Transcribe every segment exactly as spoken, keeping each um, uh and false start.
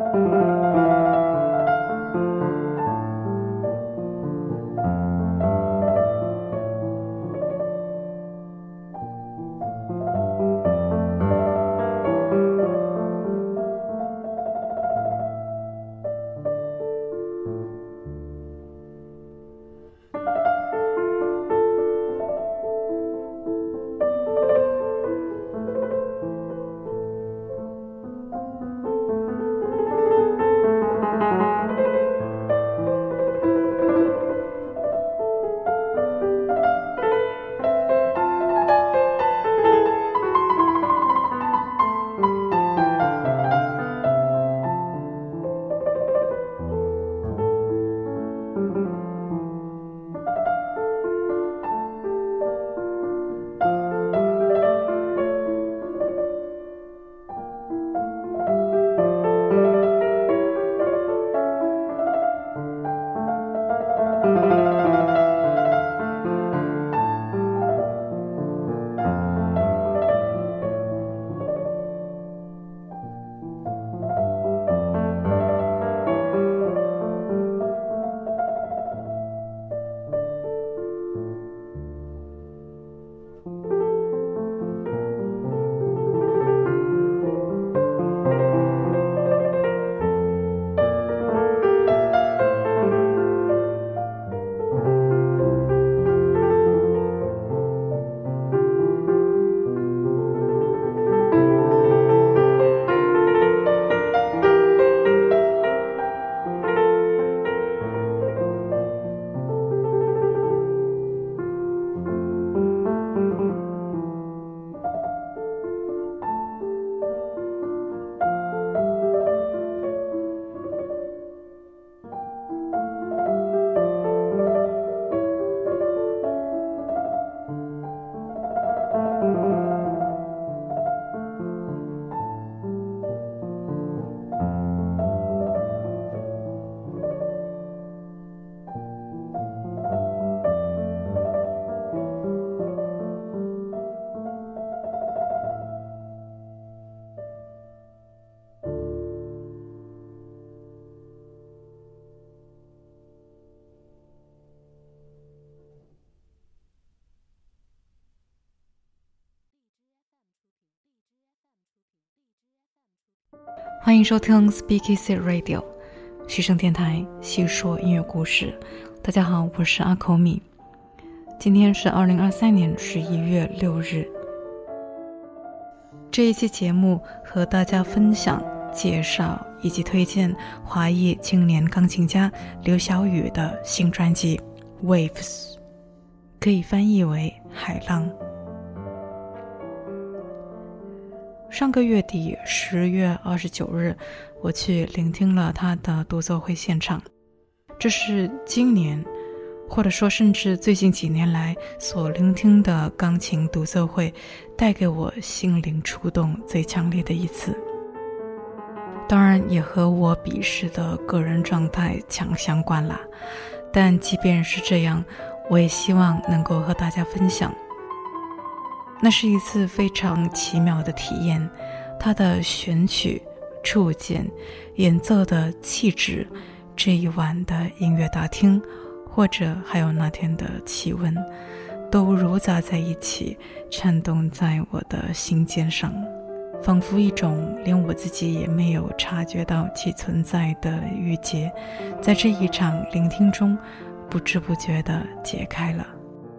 欢迎收听 Speak Easy Radio 嘘声电台，细说音乐故事。大家好，我是阿口米。今天是二零二三年十一月六日。这一期节目和大家分享、介绍以及推荐华裔青年钢琴家刘晓宇的新专辑 Waves， 可以翻译为海浪。上个月底十月二十九日，我去聆听了他的独奏会现场。这是今年或者说甚至最近几年来所聆听的钢琴独奏会带给我心灵触动最强烈的一次，当然也和我彼时的个人状态强相关啦。但即便是这样，我也希望能够和大家分享。那是一次非常奇妙的体验，它的选曲、触键、演奏的气质，这一晚的音乐大厅，或者还有那天的气温，都糅杂在一起，颤动在我的心尖上，仿佛一种连我自己也没有察觉到其存在的郁结，在这一场聆听中不知不觉地解开了。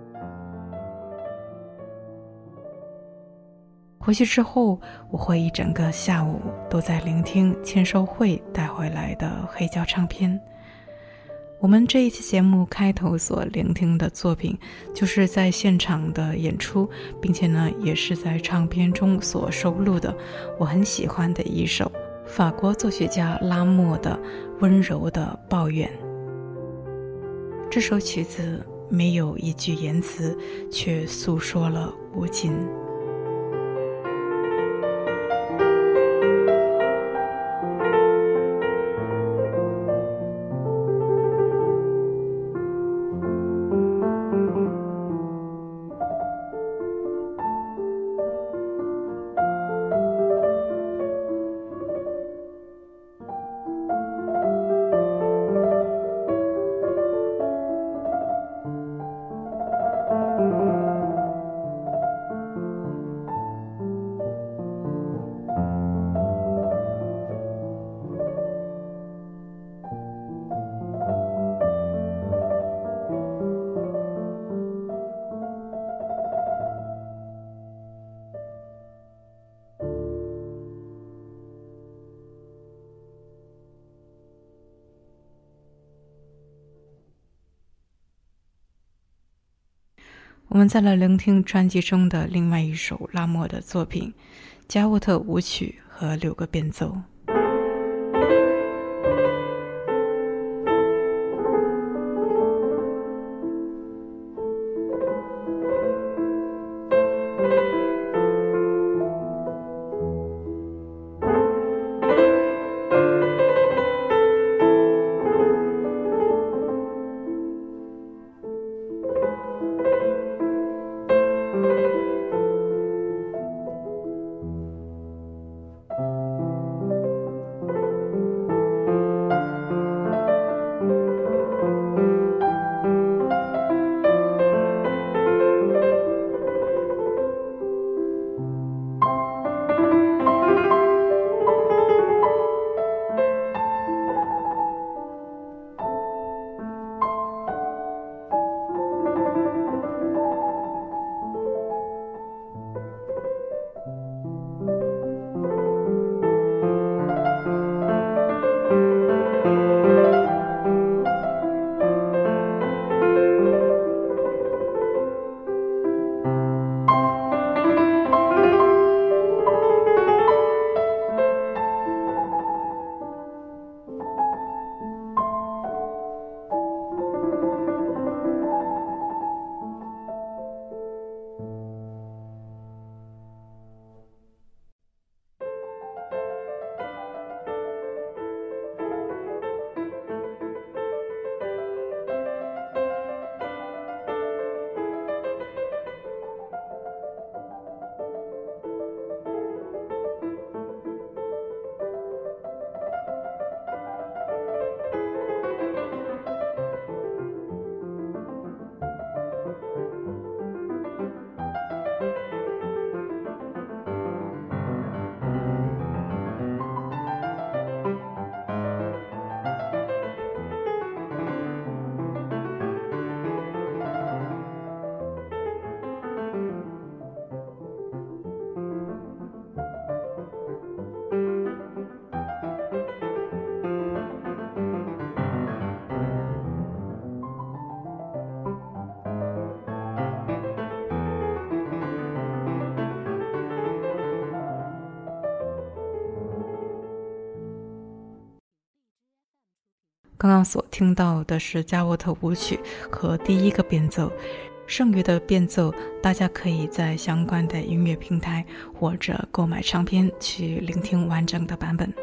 回去之后，我会一整个下午都在聆听签售会带回来的黑胶唱片。我们这一期节目开头所聆听的作品，就是在现场的演出，并且呢，也是在唱片中所收录的我很喜欢的一首法国作曲家拉莫的温柔的抱怨。这首曲子没有一句言辞，却诉说了无尽。 我们再来聆听专辑中的另外一首拉莫的作品《加沃特舞曲》和六个变奏。刚刚所听到的是加沃特舞曲和第一个变奏，剩余的变奏大家可以在相关的音乐平台或者购买唱片去聆听完整的版本。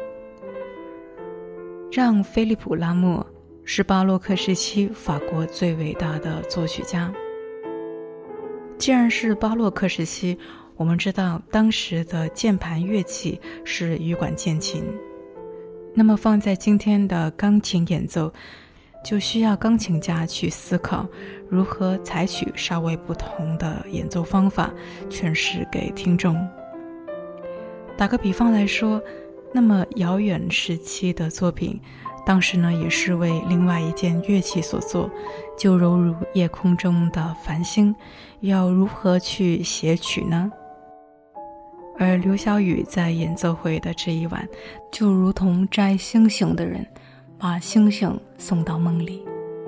让·菲利普·拉莫是巴洛克时期法国最伟大的作曲家。既然是巴洛克时期，我们知道当时的键盘乐器是羽管键琴，那么放在今天的钢琴演奏，就需要钢琴家去思考如何采取稍微不同的演奏方法诠释给听众。打个比方来说，那么遥远时期的作品当时呢也是为另外一件乐器所做，就犹如夜空中的繁星，要如何去写曲呢？而刘晓宇在演奏会的这一晚，就如同摘星星的人，把星星送到梦里。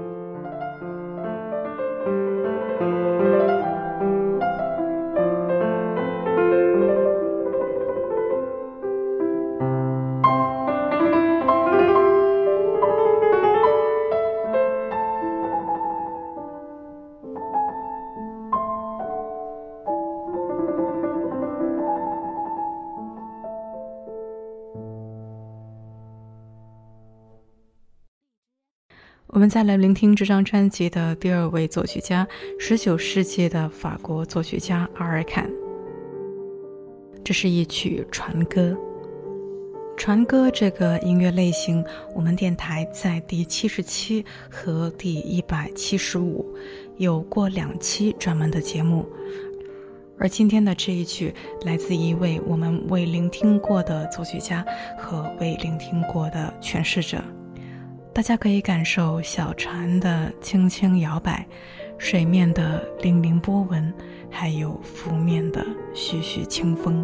我们再来聆听这张专辑的第二位作曲家，十九世纪的法国作曲家阿尔坎。这是一曲传歌。传歌这个音乐类型，我们电台在第七十七和第一百七十五有过两期专门的节目，而今天的这一曲来自一位我们未聆听过的作曲家和未聆听过的诠释者。大家可以感受小船的轻轻摇摆，水面的粼粼波纹，还有拂面的徐徐清风。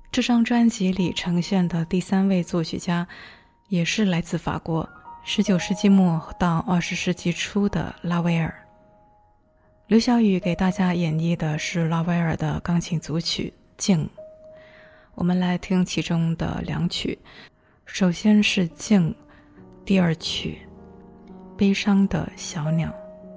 这张专辑里呈现的第三位作曲家也是来自法国，十九世纪末到二十世纪初的拉威尔。刘晓宇给大家演绎的是拉威尔的钢琴组曲《静》，我们来听其中的两曲。首先是《静》，第二曲《悲伤的小鸟》。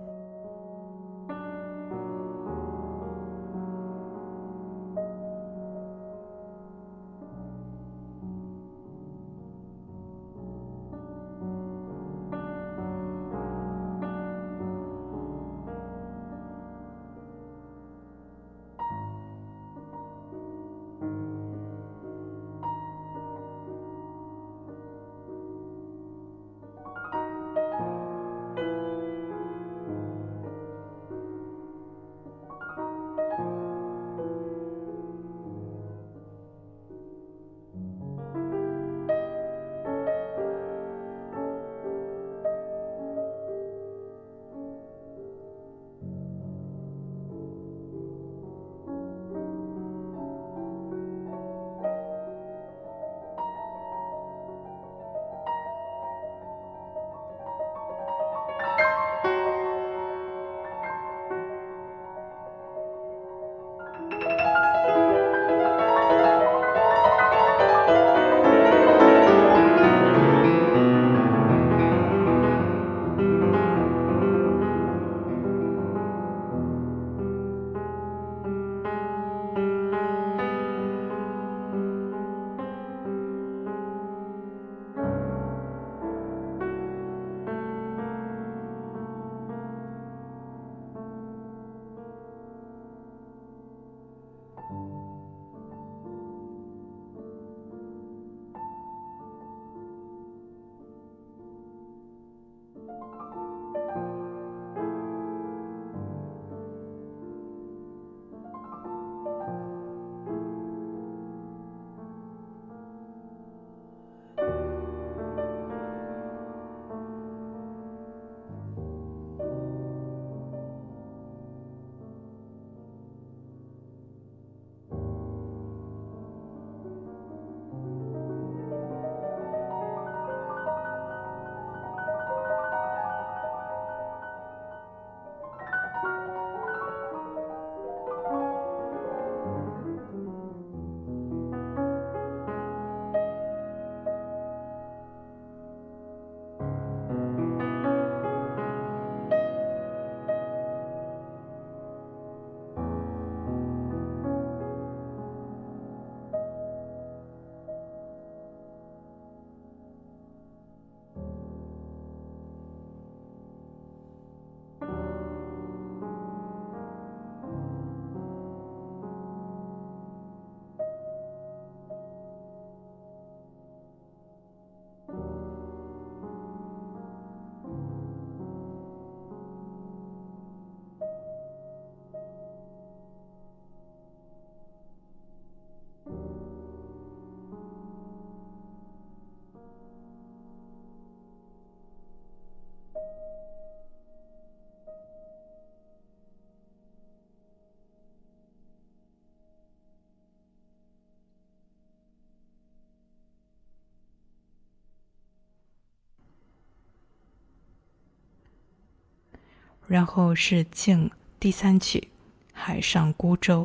然后是《静》第三曲《海上孤舟》。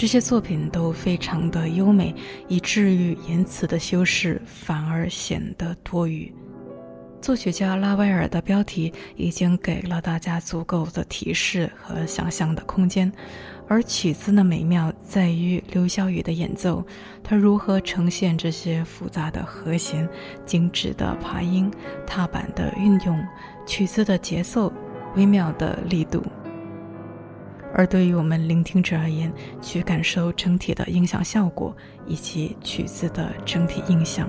这些作品都非常的优美，以至于言辞的修饰反而显得多余。作曲家拉威尔的标题已经给了大家足够的提示和想象的空间，而曲子的美妙在于刘晓宇的演奏，他如何呈现这些复杂的和弦、精致的爬音、踏板的运用、曲子的节奏、微妙的力度。而对于我们聆听者而言，去感受整体的音响效果以及曲子的整体印象。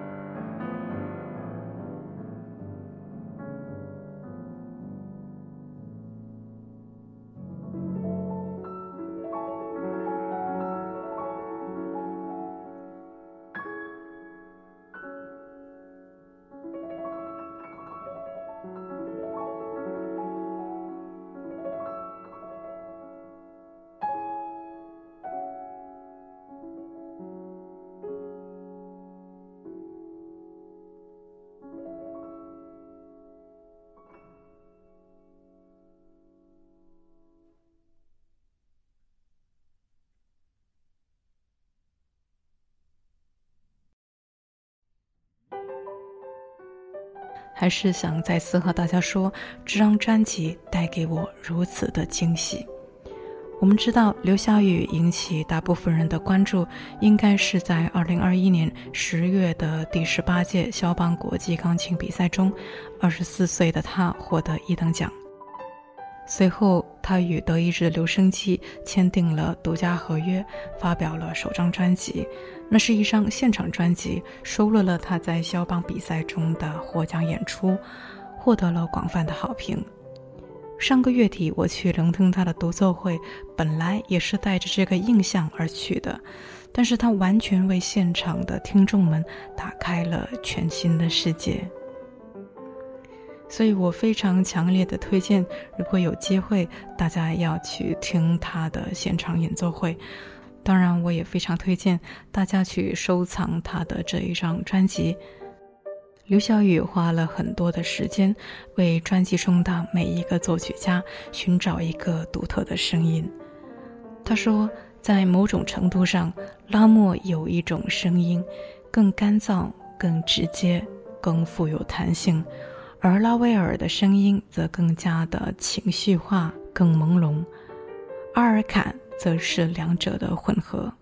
还是想再次和大家说，这张专辑带给我如此的惊喜。我们知道刘晓宇引起大部分人的关注，应该是在二零二一年十月的第十八届肖邦国际钢琴比赛中，二十四岁的他获得一等奖。随后他与德意志留声机签订了独家合约，发表了首张专辑。那是一张现场专辑，收录了他在肖邦比赛中的获奖演出，获得了广泛的好评。上个月底我去聆听他的独奏会，本来也是带着这个印象而去的，但是他完全为现场的听众们打开了全新的世界。所以我非常强烈的推荐，如果有机会大家要去听他的现场演奏会。当然我也非常推荐大家去收藏他的这一张专辑。刘晓宇花了很多的时间为专辑中的每一个作曲家寻找一个独特的声音。他说，在某种程度上，拉莫有一种声音更干燥、更直接、更富有弹性，而拉威尔的声音则更加的情绪化、更朦胧。阿尔坎则是两者的混合。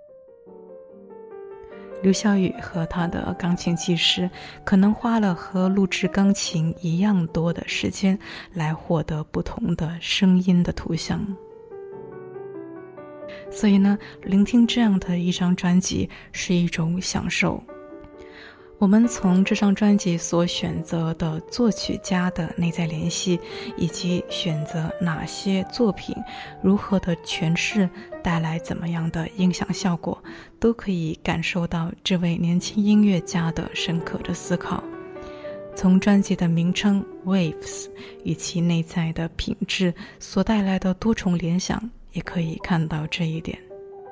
刘晓宇和他的钢琴技师可能花了和录制钢琴一样多的时间来获得不同的声音的图像。所以呢，聆听这样的一张专辑是一种享受。我们从这张专辑所选择的作曲家的内在联系，以及选择哪些作品如何的诠释带来怎么样的音响效果，都可以感受到这位年轻音乐家的深刻的思考。从专辑的名称 Waves 与其内在的品质所带来的多重联想，也可以看到这一点。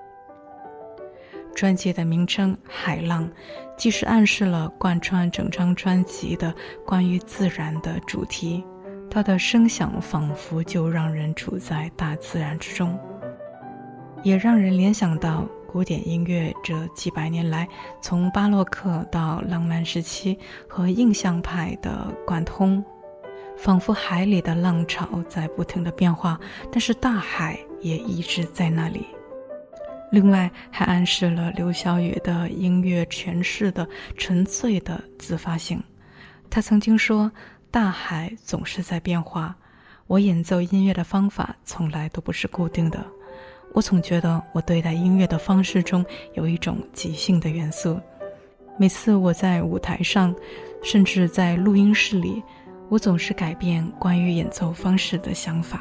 专辑的名称海浪既是暗示了贯穿整张专辑的关于自然的主题，它的声响仿佛就让人处在大自然之中，也让人联想到古典音乐这几百年来从巴洛克到浪漫时期和印象派的贯通，仿佛海里的浪潮在不停的变化，但是大海也一直在那里。另外还暗示了刘晓宇的音乐诠释的纯粹的自发性。他曾经说，大海总是在变化，我演奏音乐的方法从来都不是固定的，我总觉得我对待音乐的方式中有一种即兴的元素。每次我在舞台上，甚至在录音室里，我总是改变关于演奏方式的想法。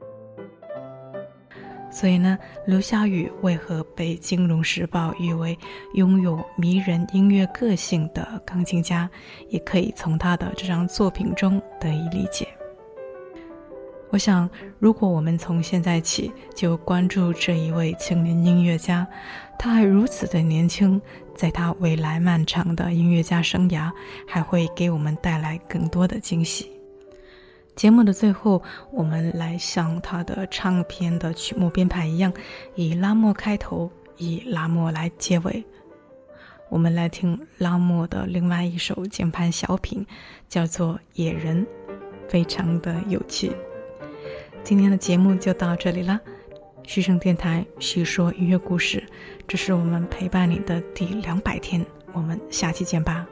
所以呢，刘晓宇为何被《金融时报》誉为拥有迷人音乐个性的钢琴家，也可以从他的这张作品中得以理解。我想，如果我们从现在起就关注这一位青年音乐家，他还如此的年轻，在他未来漫长的音乐家生涯，还会给我们带来更多的惊喜。 节目的最后，我们来像他的唱片的曲目编排一样，以拉莫开头，以拉莫来结尾。我们来听拉莫的另外一首键盘小品，叫做《野人》，非常的有趣。今天的节目就到这里啦，旭声电台叙说音乐故事，这是我们陪伴你的第两百天，我们下期见吧。